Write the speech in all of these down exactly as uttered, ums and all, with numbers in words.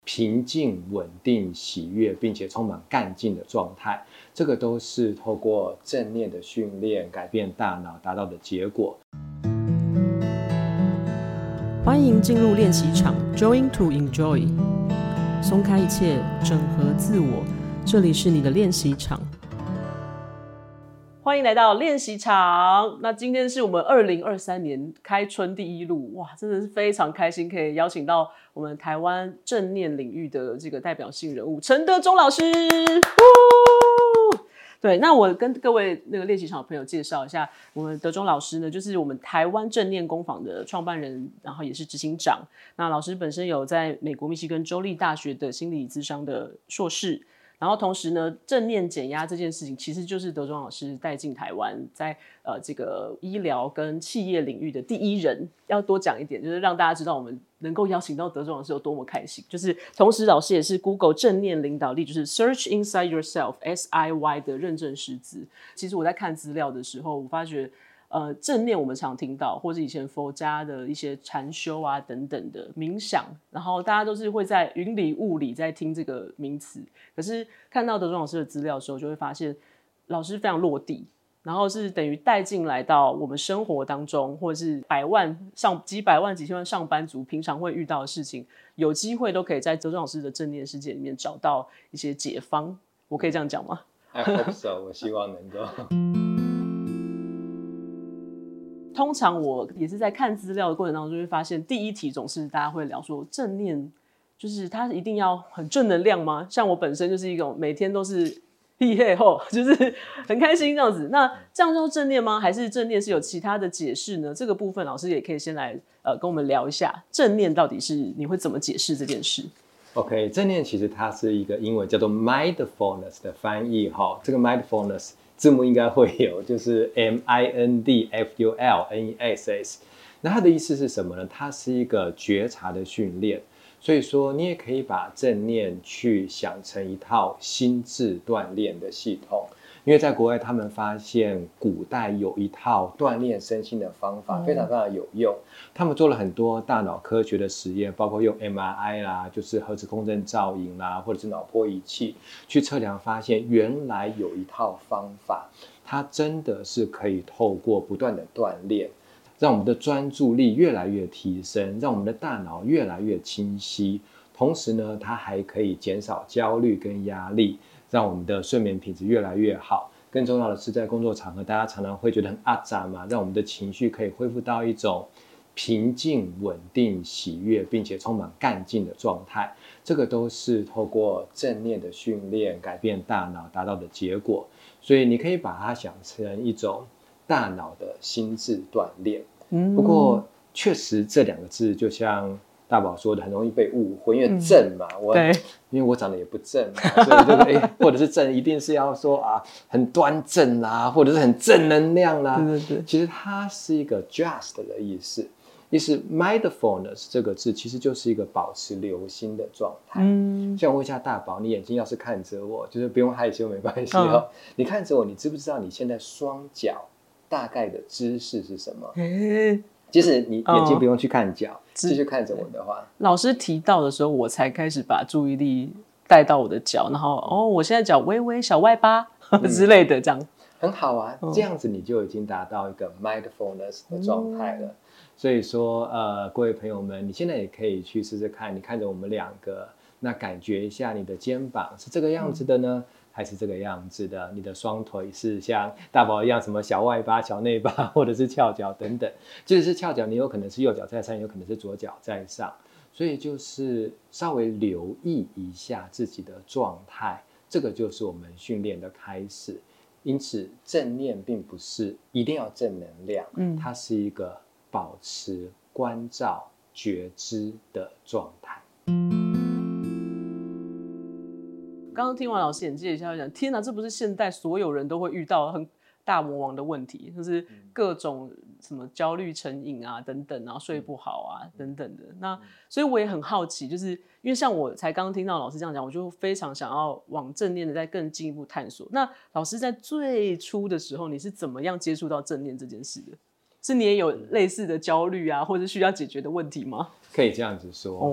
平静、稳定、喜悦，并且充满干劲的状态。这个都是透过正念的训练改变大脑达到的结果。 欢迎进入练习场 Join to Enjoy， 松开一切，整合自我，这里是你的练习场。欢迎来到练习场。那今天是我们二零二三年开春第一路，哇，真的是非常开心，可以邀请到我们台湾正念领域的这个代表性人物陈德忠老师。对，那我跟各位那个练习场的朋友介绍一下，我们德忠老师呢，就是我们台湾正念工坊的创办人，然后也是执行长。那老师本身有在美国密西根州立大学的心理咨商的硕士。然后同时呢，正念减压这件事情其实就是德忠老师带进台湾，在呃这个医疗跟企业领域的第一人。要多讲一点，就是让大家知道我们能够邀请到德忠老师有多么开心。就是同时老师也是 Google 正念领导力，就是 Search Inside Yourself S I Y 的认证师资。其实我在看资料的时候，我发觉呃，正念我们常听到，或是以前佛家的一些禅修啊等等的冥想，然后大家都是会在云里雾里在听这个名词。可是看到德忠老师的资料的时候，就会发现老师非常落地，然后是等于带进来到我们生活当中，或者是百万上几百万几千万上班族平常会遇到的事情，有机会都可以在德忠老师的正念世界里面找到一些解方。我可以这样讲吗？ I hope so 我希望能够通常我也是在看资料的过程当中，就会发现第一题总是大家会聊说正念，就是它一定要很正能量吗？像我本身就是一种每天都是嘿嘿吼，就是很开心这样子。那这样叫正念吗？还是正念是有其他的解释呢？这个部分老师也可以先来呃跟我们聊一下，正念到底是你会怎么解释这件事？ OK， 正念其实它是一个英文叫做 mindfulness 的翻译哈，这个 mindfulness字幕应该会有，就是 M I N D F U L N E S S。那它的意思是什么呢？它是一个觉察的训练，所以说你也可以把正念去想成一套心智锻炼的系统。因为在国外，他们发现古代有一套锻炼身心的方法，非常非常有用。他们做了很多大脑科学的实验，包括用 M R I 啦，就是核磁共振造影啦，或者是脑波仪器去测量，发现原来有一套方法，它真的是可以透过不断的锻炼，让我们的专注力越来越提升，让我们的大脑越来越清晰。同时呢，它还可以减少焦虑跟压力，让我们的睡眠品质越来越好。更重要的是，在工作场合，大家常常会觉得很阿杂嘛，让我们的情绪可以恢复到一种平静、稳定、喜悦，并且充满干劲的状态。这个都是透过正念的训练改变大脑达到的结果。所以你可以把它想成一种大脑的心智锻炼。嗯、不过，确实这两个字就像大宝说的，很容易被误会，因为正嘛，嗯、我因为我长得也不正嘛，所以这个哎，或者是正一定是要说啊很端正啦，或者是很正能量啦。对对对，其实它是一个 just 的意思，意思 mindfulness 这个字其实就是一个保持留心的状态。嗯，像我问一下大宝，你眼睛要是看着我，就是不用害羞没关系哦。嗯、你看着我，你知不知道你现在双脚大概的姿势是什么？欸即使你眼睛不用去看脚，哦、继续看着我的话， 老师提到的时候，我才开始把注意力带到我的脚，然后哦，我现在脚微微小外八、嗯、之类的，这样很好啊。嗯、这样子你就已经达到一个 mindfulness 的状态了。嗯、所以说，呃，各位朋友们，你现在也可以去试试看，你看着我们两个，那感觉一下你的肩膀是这个样子的呢？嗯还是这个样子的，你的双腿是像大宝一样什么小外八、小内八，或者是翘脚等等。即使是翘脚，你有可能是右脚在上，有可能是左脚在上，所以就是稍微留意一下自己的状态，这个就是我们训练的开始。因此，正念并不是一定要正能量，嗯，它是一个保持关照、觉知的状态。 刚刚听完老师演介一下，讲天哪，这不是现代所有人都会遇到很大魔王的问题，就是各种什么焦虑成瘾啊等等，然后睡不好啊等等的。那所以我也很好奇，就是因为像我才刚刚听到老师这样讲，我就非常想要往正念的再更进一步探索。那老师在最初的时候，你是怎么样接触到正念这件事的？是你也有类似的焦虑啊，或者需要解决的问题吗？ 可以这样子说。哦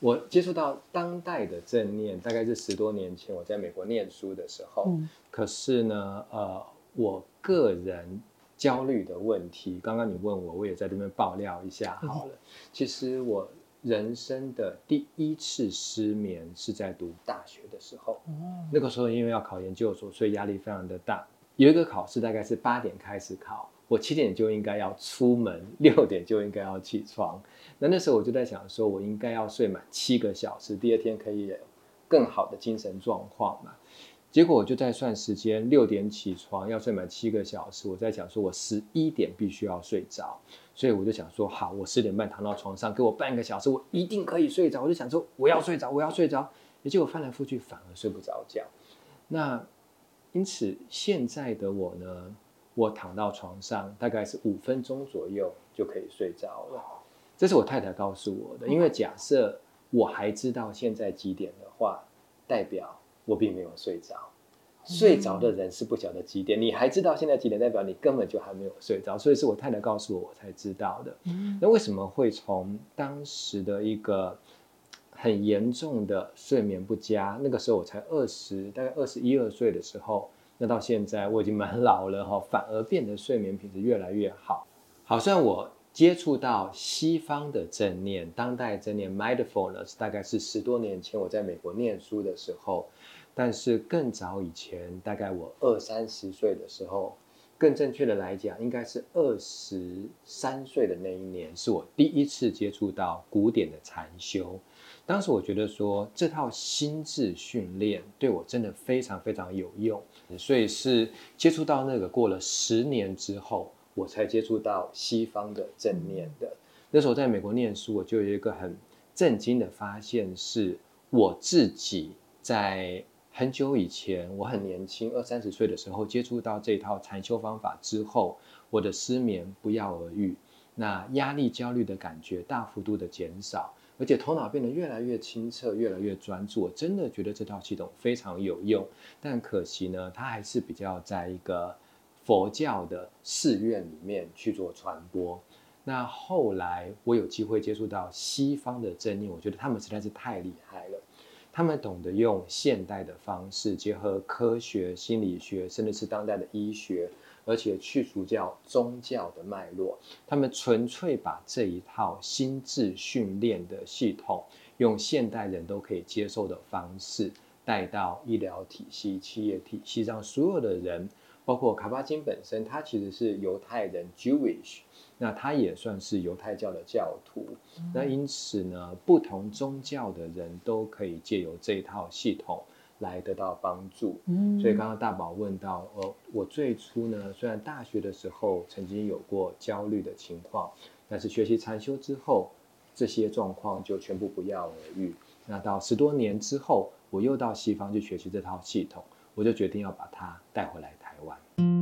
我接触到当代的正念，大概是十多年前我在美国念书的时候。嗯、可是呢，呃，我个人焦虑的问题，刚刚你问我，我也在这边爆料一下好了。嗯、其实我人生的第一次失眠是在读大学的时候。嗯、那个时候因为要考研究所，所以压力非常的大。有一个考试大概是八点开始考，我七点就应该要出门，六点就应该要起床。那那时候我就在想说，我应该要睡满七个小时，第二天可以有更好的精神状况嘛。结果我就在算时间，六点起床要睡满七个小时，我在想说我十一点必须要睡着，所以我就想说好，我十点半躺到床上，给我半个小时，我一定可以睡着。我就想说我要睡着，我要睡着，结果翻来覆去反而睡不着觉。那因此现在的我呢，我躺到床上大概是五分钟左右就可以睡着了。这是我太太告诉我的，因为假设我还知道现在几点的话，代表我并没有睡着。睡着的人是不晓得几点，你还知道现在几点，代表你根本就还没有睡着。所以是我太太告诉我，我才知道的。那为什么会从当时的一个很严重的睡眠不佳，那个时候我才二十，大概二十一二岁的时候，那到现在我已经蛮老了哈，反而变得睡眠品质越来越好。好像我接触到西方的正念，当代正念 mindfulness 大概是十多年前我在美国念书的时候，但是更早以前，大概我二三十岁的时候，更正确的来讲，应该是二十三岁的那一年，是我第一次接触到古典的禅修。当时我觉得说这套心智训练对我真的非常非常有用，所以是接触到那个过了十年之后，我才接触到西方的正念的。那时候在美国念书，我就有一个很震惊的发现，是我自己在很久以前，我很年轻，二三十岁的时候接触到这套禅修方法之后，我的失眠不药而愈，那压力焦虑的感觉大幅度的减少，而且头脑变得越来越清澈，越来越专注。我真的觉得这套系统非常有用，但可惜呢，它还是比较在一个佛教的寺院里面去做传播。那后来我有机会接触到西方的正念，我觉得他们实在是太厉害了。他们懂得用现代的方式，结合科学、心理学，甚至是当代的医学，而且去除掉宗教的脉络。他们纯粹把这一套心智训练的系统，用现代人都可以接受的方式，带到医疗体系、企业体系，让所有的人，包括卡巴金本身，他其实是犹太人 Jewish。那他也算是犹太教的教徒，嗯、那因此呢，不同宗教的人都可以借由这一套系统来得到帮助。嗯、所以刚刚大宝问到，呃，我最初呢，虽然大学的时候曾经有过焦虑的情况，但是学习禅修之后，这些状况就全部不药而愈。那到十多年之后，我又到西方去学习这套系统，我就决定要把它带回来台湾。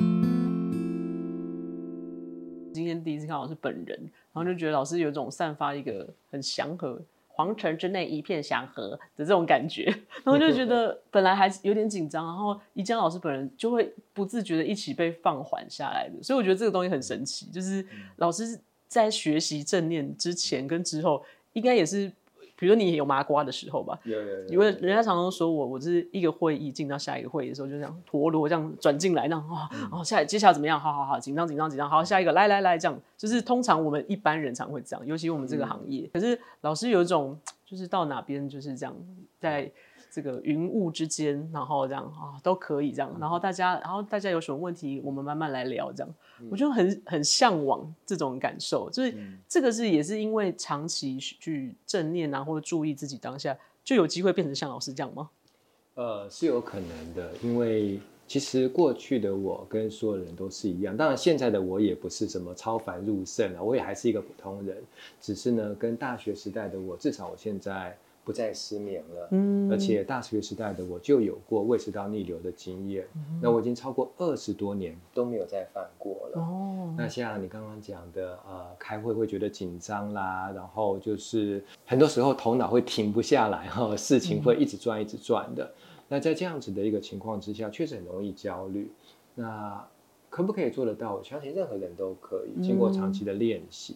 今天第一次看老师本人，然后就觉得老师有一种散发一个很祥和，皇城之内一片祥和的这种感觉，然后就觉得本来还有点紧张，然后一见老师本人就会不自觉的一起被放缓下来的，所以我觉得这个东西很神奇，就是老师在学习正念之前跟之后，应该也是。比如说你有麻瓜的时候吧， 有有有， 因为人家常常说我，我是一个会议进到下一个会议的时候，就这样陀螺这样转进来，这样哦，哦，下接下来怎么样？好好好，紧张紧张紧张，好，下一个来来来，这样就是通常我们一般人常会这样，尤其我们这个行业。嗯、可是老师有一种，就是到哪边就是这样，在这个云雾之间，然后这样啊、哦、都可以这样，然后大家，然后大家有什么问题，我们慢慢来聊这样。嗯、我就很很向往这种感受，就是这个是也是因为长期去正念啊，或者注意自己当下，就有机会变成像老师这样吗？ 呃，是有可能的，因为其实过去的我跟所有人都是一样，当然现在的我也不是什么超凡入圣啊，我也还是一个普通人，只是呢，跟大学时代的我，至少我现在不再失眠了，嗯，而且大学时代的我就有过胃食道逆流的经验，嗯、那我已经超过二十多年都没有再犯过了。哦，那像你刚刚讲的，呃，开会会觉得紧张啦，然后就是很多时候头脑会停不下来，哈，事情会一直转一直转的。嗯、那在这样子的一个情况之下，确实很容易焦虑。那可不可以做得到？我相信任何人都可以，经过长期的练习。嗯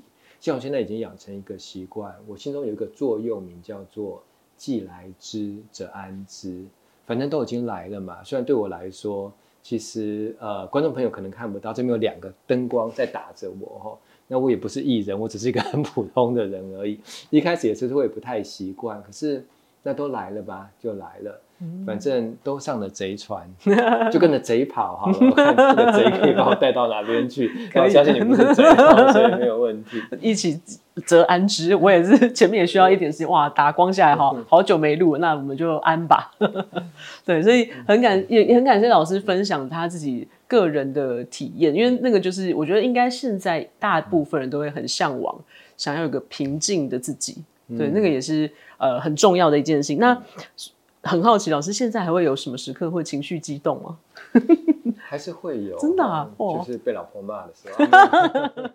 像我现在已经养成一个习惯，我心中有一个座右铭叫做既来之则安之，反正都已经来了嘛。虽然对我来说，其实呃，观众朋友可能看不到，这边有两个灯光在打着我哈。那我也不是艺人，我只是一个很普通的人而已。一开始也是会不太习惯，可是那都来了吧，就来了。反正都上了贼船，就跟着贼跑好了。我看这个贼可以把我带到哪边去。我相信你不是贼，所以没有问题。 一起则安之，我也是前面也需要一点时间。哇，打光下来好好久没录，那我们就安吧。对，所以很感也也很感谢老师分享他自己个人的体验，因为那个就是我觉得应该现在大部分人都会很向往，想要有个平静的自己。对，那个也是呃很重要的一件事情。那很好奇，老师现在还会有什么时刻会情绪激动吗？ 还是会有， 真的啊， 嗯、就是被老婆骂的时候。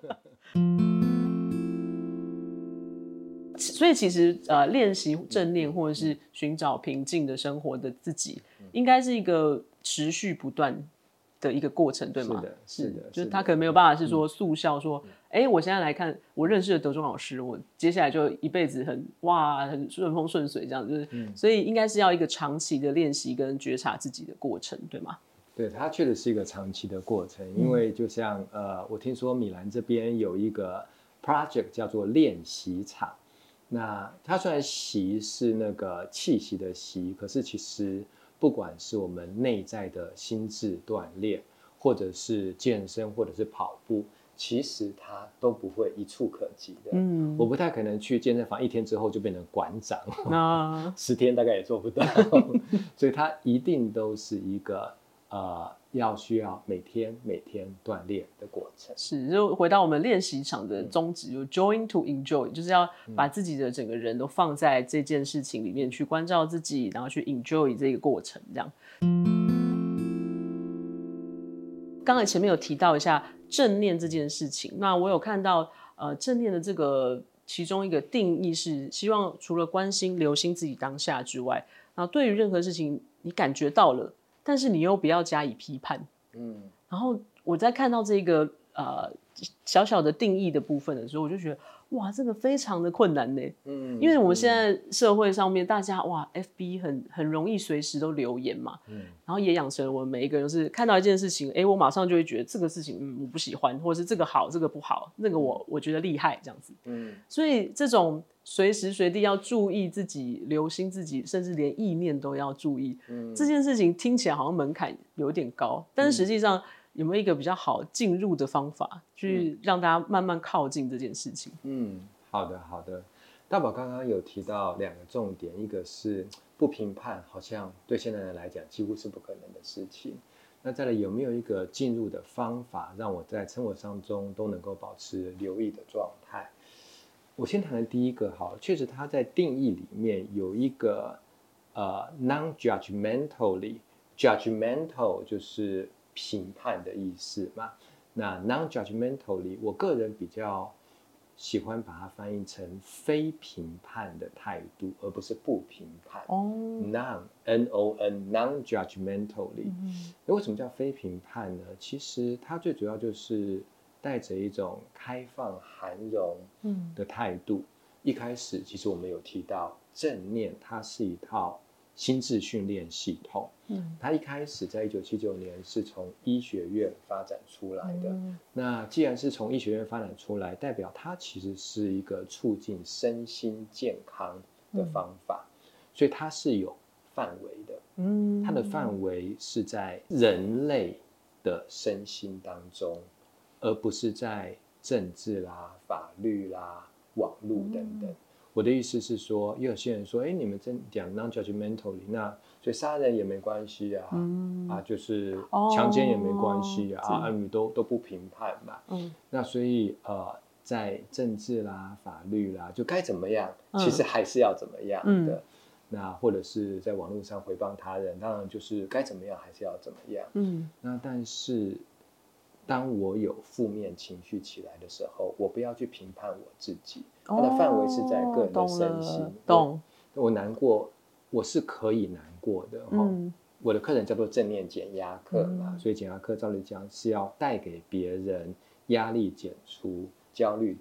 所以其实呃，练习正念或者是寻找平静的生活的自己，应该是一个持续不断的一个过程，对吗？ 是的，是的， 就是他可能没有办法是说速效说，哎、嗯，我现在来看我认识的德中老师，我接下来就一辈子很哇很顺风顺水这样，就是、嗯，所以应该是要一个长期的练习跟觉察自己的过程，对吗？ 对，它确实是一个长期的过程，因为就像呃，我听说米兰这边有一个 project 叫做练习场。那它虽然习是那个气息的习，可是其实不管是我们内在的心智锻炼，或者是健身，或者是跑步，其实它都不会一触可及的。嗯，我不太可能去健身房一天之后就变成馆长，那十天大概也做不到，所以它一定都是一个呃。要需要每天每天锻炼的过程， 是就回到我们练习场的宗旨，就 join to enjoy， 就是要把自己的整个人都放在这件事情里面去关照自己，然后去 enjoy 这个过程。这样，刚才前面有提到一下正念这件事情，那我有看到呃正念的这个其中一个定义是，希望除了关心留心自己当下之外，然后对于任何事情你感觉到了。但是你又不要加以批判，嗯，然后我在看到这个呃小小的定义的部分的时候，我就觉得哇，这个非常的困难呢，嗯，因为我们现在社会上面大家哇 ，F B 很很容易随时都留言嘛，嗯，然后也养成了我们每一个人就是看到一件事情，哎，我马上就会觉得这个事情嗯我不喜欢，或者是这个好，这个不好，那个我我觉得厉害这样子，嗯，所以这种。随时随地要注意自己，留心自己，甚至连意念都要注意。嗯，这件事情听起来好像门槛有点高，但是实际上有没有一个比较好进入的方法，去让大家慢慢靠近这件事情？ 嗯，好的，好的。大宝刚刚有提到两个重点，一个是不评判，好像对现代人来讲几乎是不可能的事情。那再来有没有一个进入的方法，让我在生活当中都能够保持留意的状态？我先谈的第一个好，确实它在定义里面有一个呃 non-judgmentally， judgmental 就是评判的意思嘛。那 non-judgmentally， 我个人比较喜欢把它翻译成非评判的态度，而不是不评判。哦、oh. ，non n o n non-judgmentally，、嗯、那为什么叫非评判呢？其实它最主要就是带着一种开放涵容的态度、嗯、一开始其实我们有提到正念它是一套心智训练系统、嗯、它一开始在一九七九年是从医学院发展出来的、嗯、那既然是从医学院发展出来，代表它其实是一个促进身心健康的方法、嗯、所以它是有范围的、嗯、它的范围是在人类的身心当中，而不是在政治啦、法律啦、网络等等、嗯、我的意思是说，有些人说，哎，你们真讲 non-judgmentally， 那所以杀人也没关系啊、嗯、啊，就是强奸也没关系啊，哦、啊，你都都不评判嘛。嗯，那所以呃，在政治啦、法律啦，就该怎么样，嗯、其实还是要怎么样的。嗯，那或者是在网络上诽谤他人，当然就是该怎么样还是要怎么样。嗯，那但是。当我有负面情绪起来的时候，我不要去评判我自己，它的范围是在个人的身心。 懂， 我, 我难过，我是可以难过的、嗯、我的课程叫做正念减压课嘛、嗯、所以减压课照理讲是要带给别人压力减除、焦虑的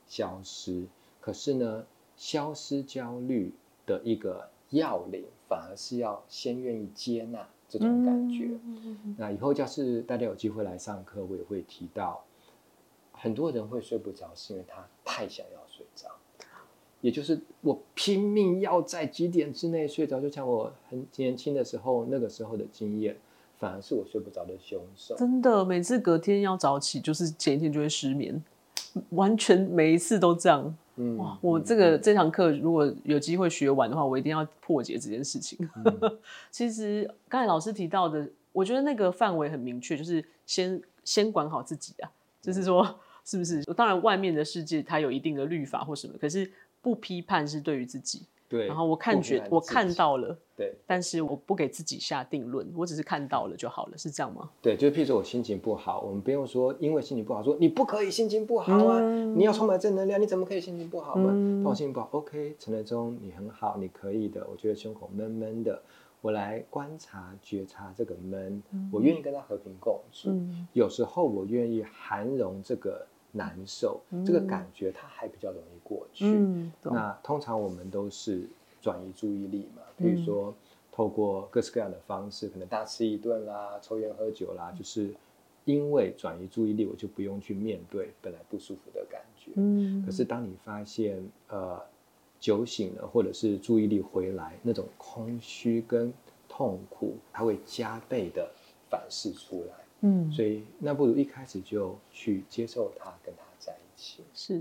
消失。可是呢，消失焦虑的一个要领，反而是要先愿意接纳这种感觉。嗯、那以后要是大家有机会来上课，我也会提到，很多人会睡不着，是因为他太想要睡着，也就是我拼命要在几点之内睡着，就像我很年轻的时候，那个时候的经验，反而是我睡不着的凶手。 真的，每次隔天要早起，就是前一天就会失眠，完全每一次都这样。嗯，哇，我这个、嗯、这堂课如果有机会学完的话，我一定要破解这件事情。嗯、其实刚才老师提到的，我觉得那个范围很明确，就是先先管好自己啊，就是说是不是？当然外面的世界它有一定的律法或什么，可是不批判是对于自己。 对， 然后我看觉我看到了， 对， 但是我不给自己下定论，我只是看到了就好了，是这样吗？ 对，就譬如说我心情不好，我们不用说因为心情不好说你不可以心情不好啊，嗯、你要充满正能量，你怎么可以心情不好呢？嗯、当我心情不好 ，OK， 陈德忠你很好，你可以的，我觉得胸口闷闷的，我来观察觉察这个闷，嗯、我愿意跟他和平共处，嗯、有时候我愿意涵容这个难受，嗯、这个感觉它还比较容易过去。嗯、那通常我们都是转移注意力嘛，比如说、嗯、透过各式各样的方式，可能大吃一顿啦，抽烟喝酒啦，就是因为转移注意力，我就不用去面对本来不舒服的感觉。嗯、可是当你发现呃酒醒了，或者是注意力回来，那种空虚跟痛苦，它会加倍的反噬出来。嗯，所以那不如一开始就去接受它，跟它在一起。 是。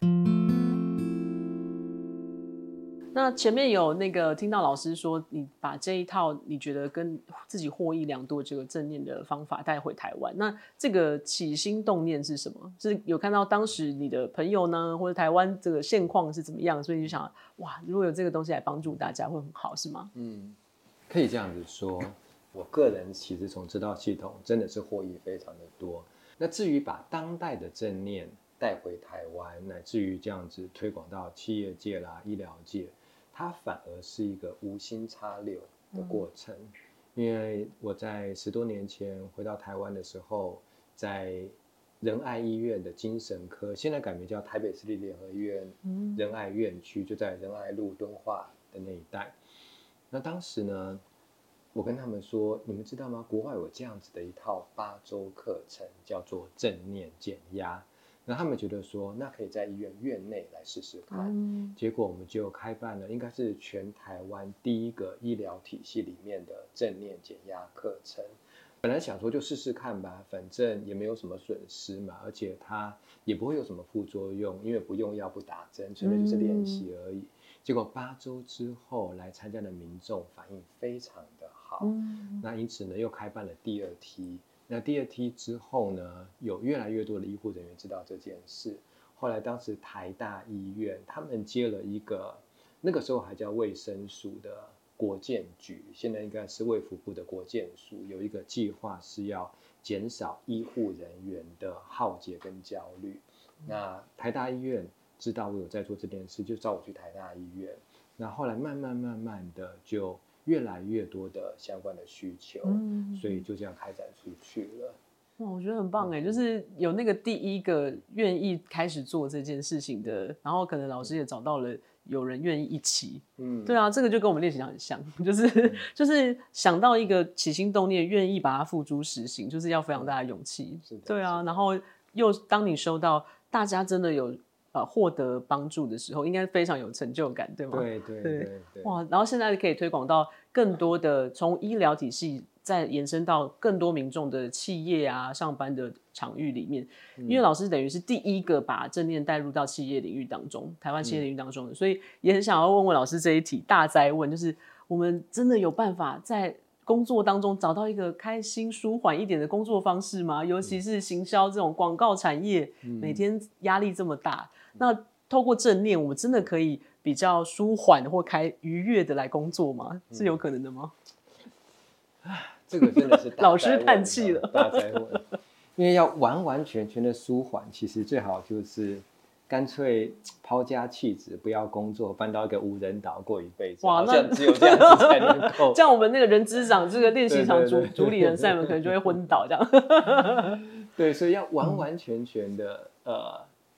那前面有那个听到老师说，你把这一套你觉得跟自己获益良多这个正念的方法带回台湾，那这个起心动念是什么？是有看到当时你的朋友呢，或者台湾这个现况是怎么样，所以就想，哇，如果有这个东西来帮助大家会很好，是吗？ 嗯，可以这样子说。我个人其实从这套系统真的是获益非常的多。那至于把当代的正念带回台湾，乃至于这样子推广到企业界啦、医疗界，它反而是一个无心插柳的过程。嗯、因为我在十多年前回到台湾的时候，在仁爱医院的精神科，现在改名叫台北市立联合医院仁爱院区，就在仁爱路敦化的那一带。那当时呢，我跟他们说，你们知道吗？国外有这样子的一套八周课程，叫做正念减压。那他们觉得说，那可以在医院院内来试试看。嗯、结果我们就开办了，应该是全台湾第一个医疗体系里面的正念减压课程。本来想说就试试看吧，反正也没有什么损失嘛，而且它也不会有什么副作用，因为不用药不打针，纯粹就是练习而已。嗯、结果八周之后来参加的民众反应非常的好，嗯、那因此呢又开办了第二梯。那第二梯之后呢，有越来越多的医护人员知道这件事。后来当时台大医院他们接了一个，那个时候还叫卫生署的国健局，现在应该是卫福部的国健署，有一个计划是要减少医护人员的浩劫跟焦虑。那台大医院知道我有在做这件事，就找我去台大医院。那后来慢慢慢慢的就越来越多的相关的需求，嗯、所以就这样开展出去了。 哇，我觉得很棒哎，就是有那个第一个愿意开始做这件事情的，然后可能老师也找到了有人愿意一起。嗯，对啊，这个就跟我们练习场很像，就是、嗯、就是想到一个起心动念，愿意把它付诸实行，就是要非常大的勇气。嗯、对啊，然后又当你收到大家真的有呃获得帮助的时候，应该非常有成就感，对吗？ 对对 对, 对, 对。 哇，然后现在可以推广到更多的，从医疗体系再延伸到更多民众的企业啊、上班的场域里面。因为老师等于是第一个把正念带入到企业领域当中，台湾企业领域当中的，嗯、所以也很想要问问老师这一题大哉问，就是我们真的有办法在工作当中找到一个开心舒缓一点的工作方式吗？尤其是行销这种广告产业，嗯、每天压力这么大，嗯、那透过正念，我们真的可以比较舒缓或开愉悦的来工作吗？是有可能的吗？ 嗯、这个真的是大老师叹气了， 大哉问。因为要完完全全的舒缓，其实最好就是干脆抛家弃子，不要工作，搬到一个无人岛过一辈子。哇，好像只有这样子才能够。 这样我们那个人资长这个练习场主主理人赛门可能就会昏倒这样。 对，所以要完完全全的、嗯、呃。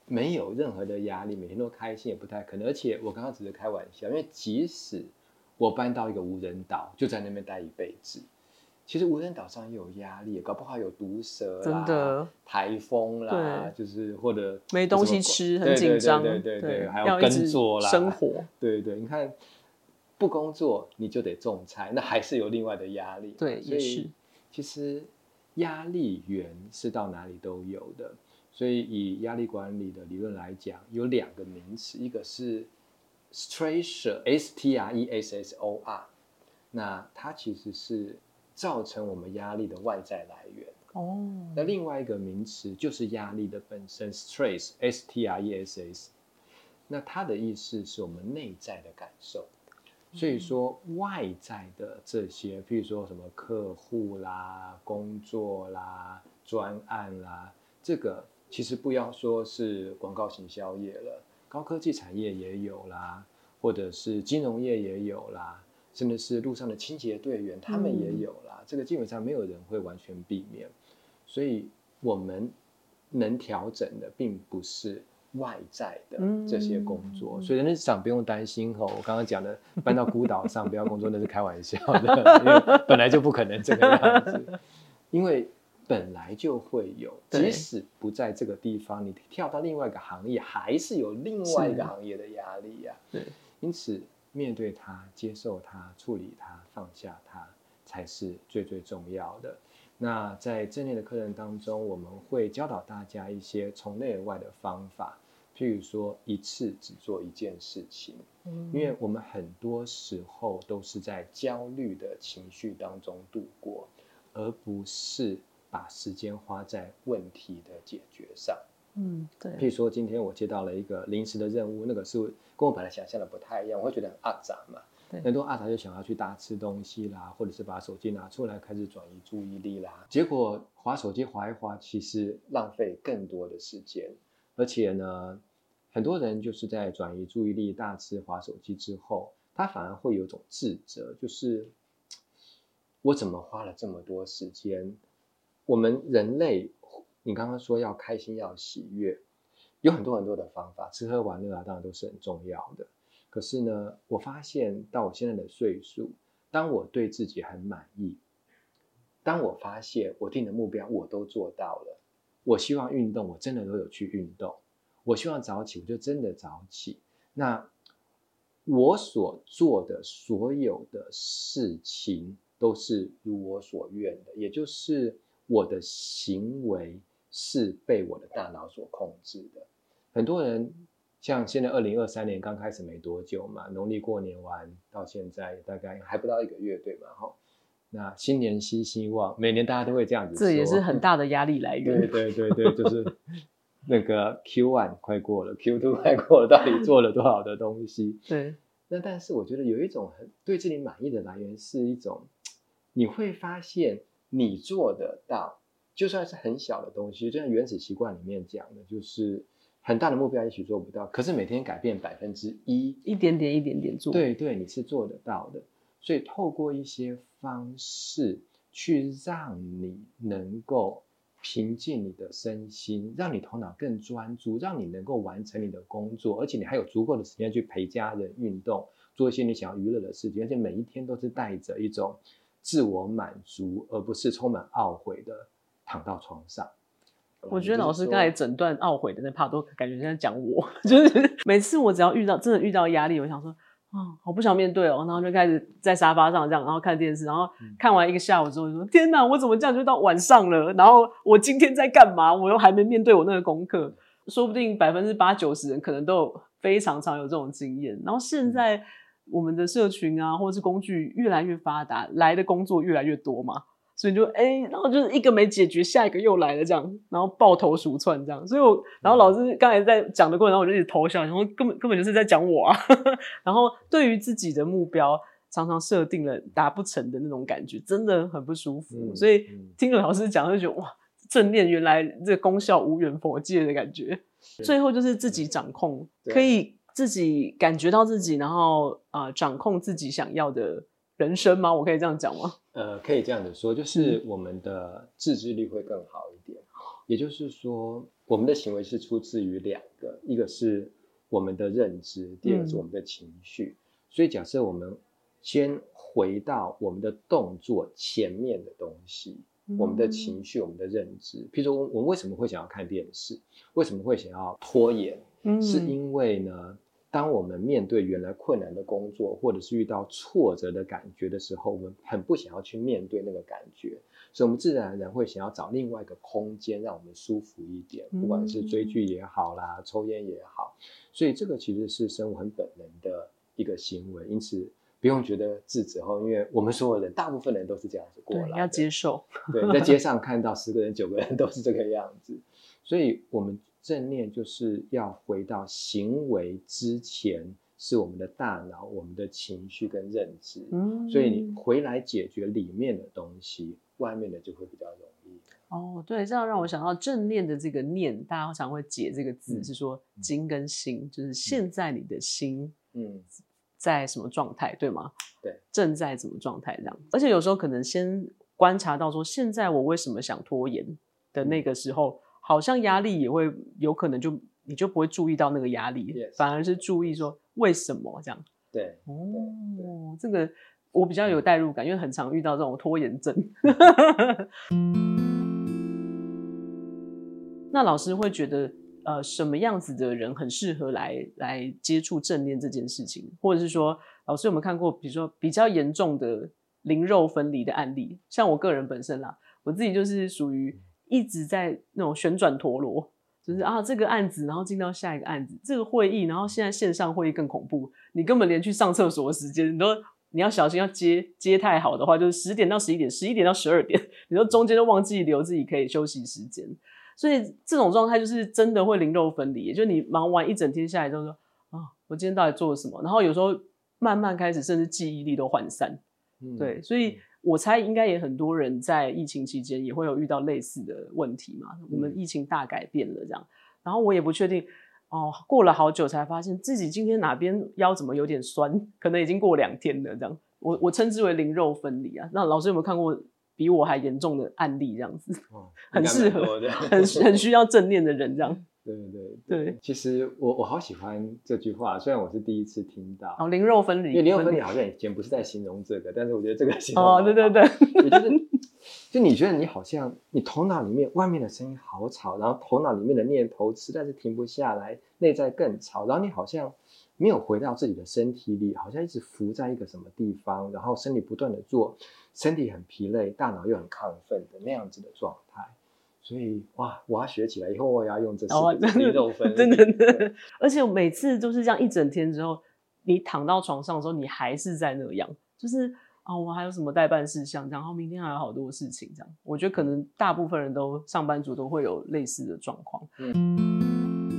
没有任何的压力，每天都开心也不太可能。而且我刚刚只是开玩笑，因为即使我搬到一个无人岛，就在那边待一辈子，其实无人岛上也有压力，搞不好有毒蛇啦、 真的台风啦，就是或者没东西吃，很紧张， 对对对 对, 对, 对，还要耕作啦， 生活， 对对，你看不工作你就得种菜，那还是有另外的压力， 对，也是。 其实压力源是到哪里都有的。所以以压力管理的理论来讲，有两个名词，一个是 stressor S T R E S S O R， 那它其实是造成我们压力的外在来源。哦，那另外一个名词就是压力的本身 stress S T R E S S， 那它的意思是我们内在的感受。所以说外在的这些，譬如说什么客户啦、工作啦、专案啦，这个其实不要说是广告行销业了，高科技产业也有啦，或者是金融业也有啦，甚至是路上的清洁队员他们也有啦，嗯，这个基本上没有人会完全避免。所以我们能调整的并不是外在的这些工作，嗯，所以人市场不用担心哦。我刚刚讲的搬到孤岛上不要工作，那是开玩笑的，因为本来就不可能这个样子，因为本来就会有，即使不在这个地方，你跳到另外一个行业，还是有另外一个行业的压力呀，啊。对，因此面对它、接受它、处理它、放下它，才是最最重要的。那在正念的课程当中，我们会教导大家一些从内而外的方法，譬如说一次只做一件事情，嗯，因为我们很多时候都是在焦虑的情绪当中度过，而不是把时间花在问题的解决上。嗯，对。譬如说今天我接到了一个临时的任务，那个是跟我本来想象的不太一样，我会觉得很阿杂嘛。很多阿杂就想要去大吃东西啦，或者是把手机拿出来开始转移注意力啦，结果滑手机滑一滑，其实浪费更多的时间。而且呢，很多人就是在转移注意力、大吃滑手机之后，他反而会有种自责，就是我怎么花了这么多时间？我们人类，你刚刚说要开心要喜悦，有很多很多的方法，吃喝玩乐啊，当然都是很重要的。可是呢，我发现到我现在的岁数，当我对自己很满意，当我发现我定的目标我都做到了，我希望运动，我真的都有去运动，我希望早起，我就真的早起。那我所做的所有的事情都是如我所愿的，也就是我的行为是被我的大脑所控制的。很多人像现在二零二三年刚开始没多久嘛，农历过年完到现在大概还不到一个月，对吗？那新年新希望，每年大家都会这样子说， 这也是很大的压力来源。 对对对对，就是那个 Q 一 快过了 ，Q 二 快过了，到底做了多少的东西？对。那但是我觉得有一种很对自己满意的来源，是一种你会发现你做得到，就算是很小的东西，就像原始习惯里面讲的，就是很大的目标也许做不到，可是每天改变百分之一， 一点点一点点做， 对对，你是做得到的。所以透过一些方式去让你能够平静你的身心，让你头脑更专注，让你能够完成你的工作，而且你还有足够的时间去陪家人、运动，做一些你想要娱乐的事情，而且每一天都是带着一种自我满足，而不是充满懊悔的躺到床上。 我觉得老师刚才整段懊悔的那 part 都感觉在讲我，就是每次我只要遇到真的遇到压力，我想说啊，好不想面对哦，然后就开始在沙发上这样，然后看电视，然后看完一个下午之后就说，天哪，我怎么这样就到晚上了？然后我今天在干嘛？我又还没面对我那个功课。说不定百分之八九十人可能都有非常常有这种经验。然后现在我们的社群啊，或者是工具越来越发达，来的工作越来越多嘛。所以就哎、欸，然后就是一个没解决，下一个又来了这样，然后抱头鼠窜这样。所以我，然后老师刚才在讲的过程中，我就一直偷笑，然后根本根本就是在讲我啊。然后对于自己的目标，常常设定了达不成的那种感觉，真的很不舒服。嗯、所以听了老师讲，就觉得哇，正念原来这个功效无远弗届的感觉。最后就是自己掌控，可以自己感觉到自己，然后呃掌控自己想要的人生吗？我可以这样讲吗？ 呃，可以这样子说，就是我们的自制力会更好一点。也就是说， 我们的行为是出自于两个，一个是我们的认知，第二个是我们的情绪。嗯、所以假设我们先回到我们的动作前面的东西，嗯、我们的情绪，我们的认知。譬如说，我们为什么会想要看电视？为什么会想要拖延？嗯、是因为呢，当我们面对原来困难的工作，或者是遇到挫折的感觉的时候，我们很不想要去面对那个感觉，所以我们自然而然会想要找另外一个空间让我们舒服一点，不管是追剧也好啦，抽烟也好，所以这个其实是生物很本能的一个行为，因此不用觉得自责后，因为我们所有人大部分人都是这样子过来的， 要接受。 对，在街上看到十个人九个人都是这个样子，所以我们正念就是要回到行为之前，是我们的大脑、我们的情绪跟认知。嗯，所以你回来解决里面的东西，外面的就会比较容易。 哦，对，这样让我想到正念的这个念，大家常会解这个字，嗯、是说心跟心，就是现在你的心，嗯，在什么状态，对吗？ 对， 正在什么状态这样。而且有时候可能先观察到说，现在我为什么想拖延的那个时候。嗯，好像压力也会有可能就你就不会注意到那个压力， yes. 反而是注意说为什么这样。 对， 哦，这个我比较有代入感，因为很常遇到这种拖延症。那老师会觉得呃什么样子的人很适合来来接触正念这件事情，或者是说老师有没有看过比如说比较严重的灵肉分离的案例？像我个人本身啦，我自己就是属于一直在那种旋转陀螺，就是啊这个案子然后进到下一个案子，这个会议，然后现在线上会议更恐怖，你根本连去上厕所的时间你都你要小心，要接接太好的话就是十点到十一点，十一点到十二点，你说中间都忘记留自己可以休息时间，所以这种状态就是真的会灵肉分离，也就是你忙完一整天下来之后说啊我今天到底做了什么，然后有时候慢慢开始甚至记忆力都涣散。嗯、对，所以我猜应该也很多人在疫情期间也会有遇到类似的问题嘛，我们疫情大改变了这样，然后我也不确定哦，过了好久才发现自己今天哪边腰怎么有点酸，可能已经过两天了这样，我我称之为灵肉分离啊。那老师有没有看过比我还严重的案例这样子？哦、很适合很很需要正念的人这样。 对对 对, 对，其实我我好喜欢这句话，虽然我是第一次听到。 哦，灵肉分离， 因为灵肉分离好像以前不是在形容这个，但是我觉得这个形容哦，对对对， 也就是就你觉得你好像你头脑里面外面的声音好吵，然后头脑里面的念头实在是停不下来，内在更吵，然后你好像没有回到自己的身体里，好像一直浮在一个什么地方，然后身体不断的做，身体很疲累，大脑又很亢奋的那样子的状态。所以哇，我要学起来，以后我也要用这四个字灵肉分离。 真的真的，而且每次都是这样一整天之后，你躺到床上的时候，你还是在那样，就是啊、哦，我还有什么待办事项，然后明天还有好多事情，这样。我觉得可能大部分人都上班族都会有类似的状况。嗯。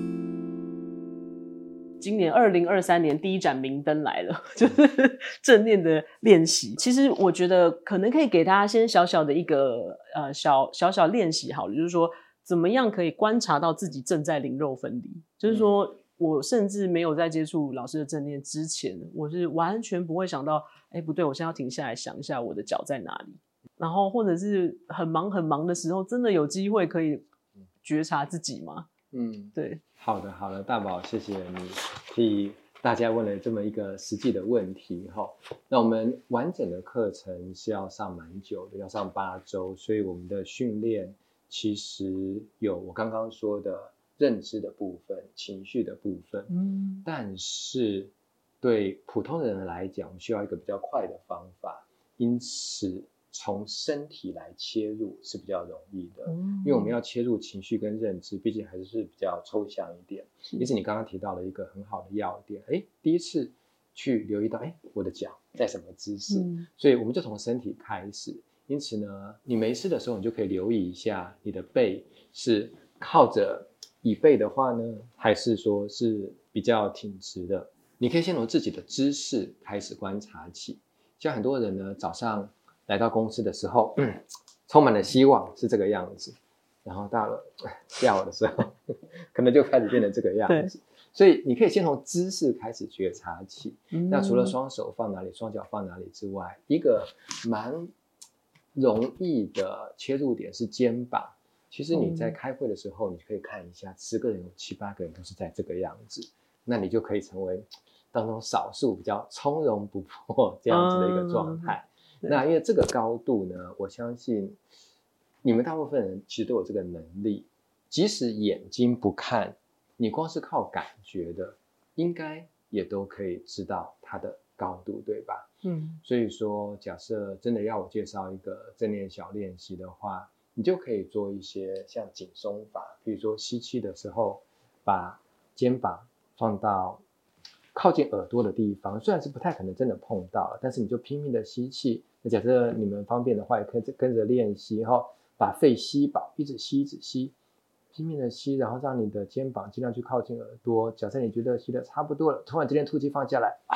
今年二零二三年第一盏明灯来了，就是正念的练习。其实我觉得可能可以给大家先小小的一个呃小小小练习好了，就是说怎么样可以观察到自己正在灵肉分离。就是说我甚至没有在接触老师的正念之前，我是完全不会想到，哎不对，我现在要停下来想一下我的脚在哪里。然后或者是很忙很忙的时候，真的有机会可以觉察自己吗？嗯，对。 好的好的，大宝，谢谢你替大家问了这么一个实际的问题哈。那我们完整的课程是要上蛮久的，要上八周，所以我们的训练其实有我刚刚说的认知的部分、情绪的部分，嗯，但是对普通人来讲，我们需要一个比较快的方法，因此从身体来切入是比较容易的，嗯，因为我们要切入情绪跟认知，毕竟还是比较抽象一点。因此你刚刚提到了一个很好的要点，诶，第一次去留意到，诶，我的脚在什么姿势，嗯，所以我们就从身体开始。因此呢，你没事的时候，你就可以留意一下你的背是靠着椅背的话呢，还是说是比较挺直的。你可以先从自己的姿势开始观察起。像很多人呢，早上来到公司的时候，嗯，充满了希望，是这个样子，然后到了下午的时候可能就开始变成这个样子。所以你可以先从姿势开始觉察起，嗯，那除了双手放哪里，双脚放哪里之外，一个蛮容易的切入点是肩膀。 其实你在开会的时候，你可以看一下，十个人有七八个人都是在这个样子，那你就可以成为当中少数比较从容不迫这样子的一个状态。嗯、那因为这个高度呢，我相信你们大部分人其实都有这个能力，即使眼睛不看，你光是靠感觉的，应该也都可以知道它的高度，对吧？嗯，所以说，假设真的要我介绍一个正念小练习的话，你就可以做一些像紧松法，比如说吸气的时候，把肩膀放到靠近耳朵的地方，虽然是不太可能真的碰到，但是你就拼命的吸气。那假设你们方便的话，也可以跟着练习哈，把肺吸饱，一直吸，一直吸，拼命的吸，然后让你的肩膀尽量去靠近耳朵。假设你觉得吸的差不多了，突然之间吐气放下来，啊，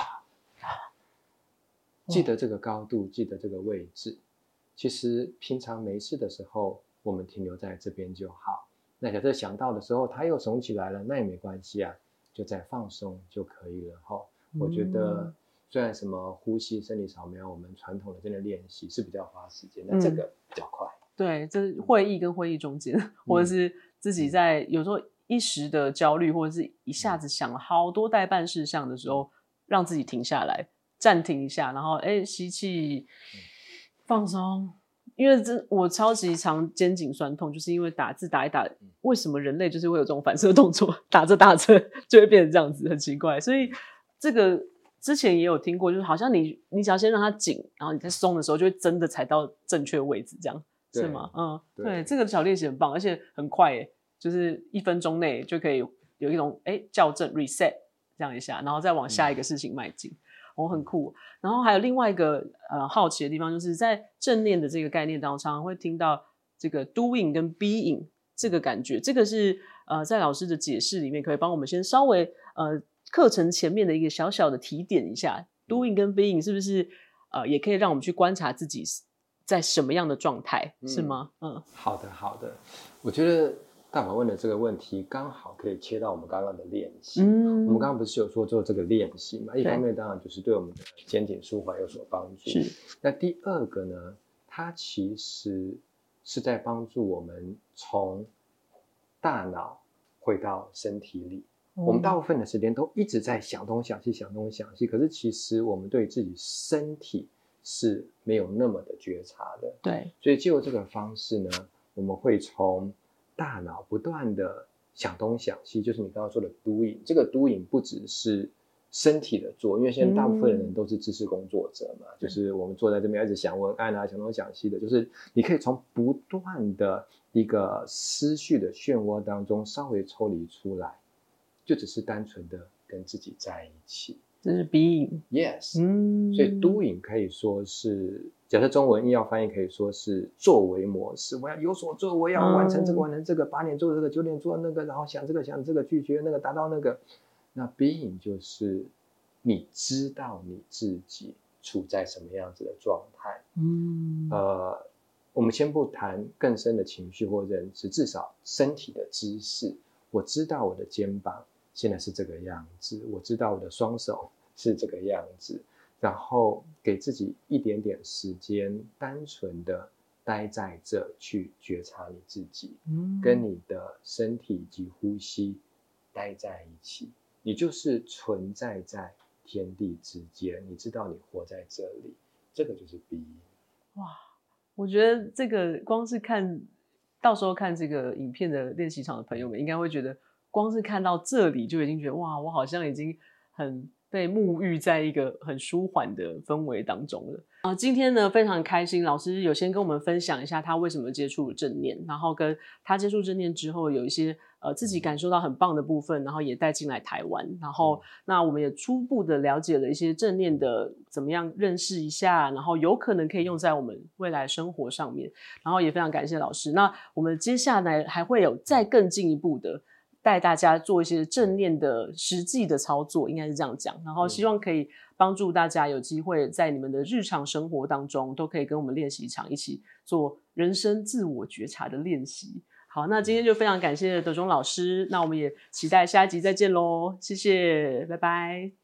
记得这个高度，记得这个位置。其实平常没事的时候，我们停留在这边就好。那假设想到的时候，它又耸起来了，那也没关系啊，就再放松就可以了哈。我觉得虽然什么呼吸、生理扫描，我们传统的真的练习是比较花时间，那这个比较快。 嗯、对，这是会议跟会议中间，或者是自己在有时候一时的焦虑，或者是一下子想了好多待办事项的时候，让自己停下来，暂停一下，然后哎吸气。放松，因为这我超级常肩颈酸痛，就是因为打字打一打，为什么人类就是会有这种反射动作，打着打着就会变成这样子，很奇怪。所以这个之前也有听过，就是好像你你只要先让它紧，然后你在松的时候就会真的踩到正确位置，这样是吗？嗯，对，对，这个小练习很棒，而且很快耶，就是一分钟内就可以有一种哎校正 reset 这样一下，然后再往下一个事情迈进。哦，很酷。然后还有另外一个呃好奇的地方，就是在正念的这个概念当中，常常会听到这个 doing 跟 being 这个感觉，这个是呃在老师的解释里面，可以帮我们先稍微呃课程前面的一个小小的提点一下 ，doing 跟 being 是不是呃也可以让我们去观察自己在什么样的状态，是吗？嗯， 好的，好的，我觉得。大宝问的这个问题刚好可以切到我们刚刚的练习。嗯，我们刚刚不是有说做这个练习嘛？一方面当然就是对我们的肩颈舒缓有所帮助。是。那第二个呢，它其实是在帮助我们从大脑回到身体里。嗯、我们大部分的时间都一直在想东想西，想东想西，可是其实我们对自己身体是没有那么的觉察的。 对。 所以借由这个方式呢，我们会从大脑不断的想东想西，就是你刚刚说的 doing， 这个 doing 不只是身体的做，因为现在大部分人都是知识工作者嘛，嗯、就是我们坐在这边一直想文案啊，想东想西的，就是你可以从不断的一个思绪的漩涡当中稍微抽离出来，就只是单纯的跟自己在一起。 这是 being yes，嗯，所以 doing 可以说是，假设中文硬要翻译，可以说是作为模式。我要有所作，我要完成这个，完成这个，八点做这个，九点做那个，然后想这个想这个，拒绝那个，达到那个。那 being 就是你知道你自己处在什么样子的状态。嗯，呃，我们先不谈更深的情绪或认知，至少身体的知识，我知道我的肩膀现在是这个样子，我知道我的双手是这个样子，然后给自己一点点时间，单纯的待在这去觉察你自己，嗯、跟你的身体及呼吸待在一起，你就是存在在天地之间，你知道你活在这里，这个就是 being。 哇，我觉得这个光是看到时候看这个影片的练习场的朋友们，应该会觉得。光是看到这里就已经觉得哇，我好像已经很被沐浴在一个很舒缓的氛围当中了。啊，今天呢非常开心，老师有先跟我们分享一下他为什么接触正念，然后跟他接触正念之后有一些呃自己感受到很棒的部分，然后也带进来台湾，然后那我们也初步的了解了一些正念的怎么样认识一下，然后有可能可以用在我们未来生活上面，然后也非常感谢老师。那我们接下来还会有再更进一步的。带大家做一些正念的实际的操作，应该是这样讲，然后希望可以帮助大家有机会在你们的日常生活当中都可以跟我们练习场一起做人生自我觉察的练习。好，那今天就非常感谢德中老师，那我们也期待下一集再见咯，谢谢，拜拜。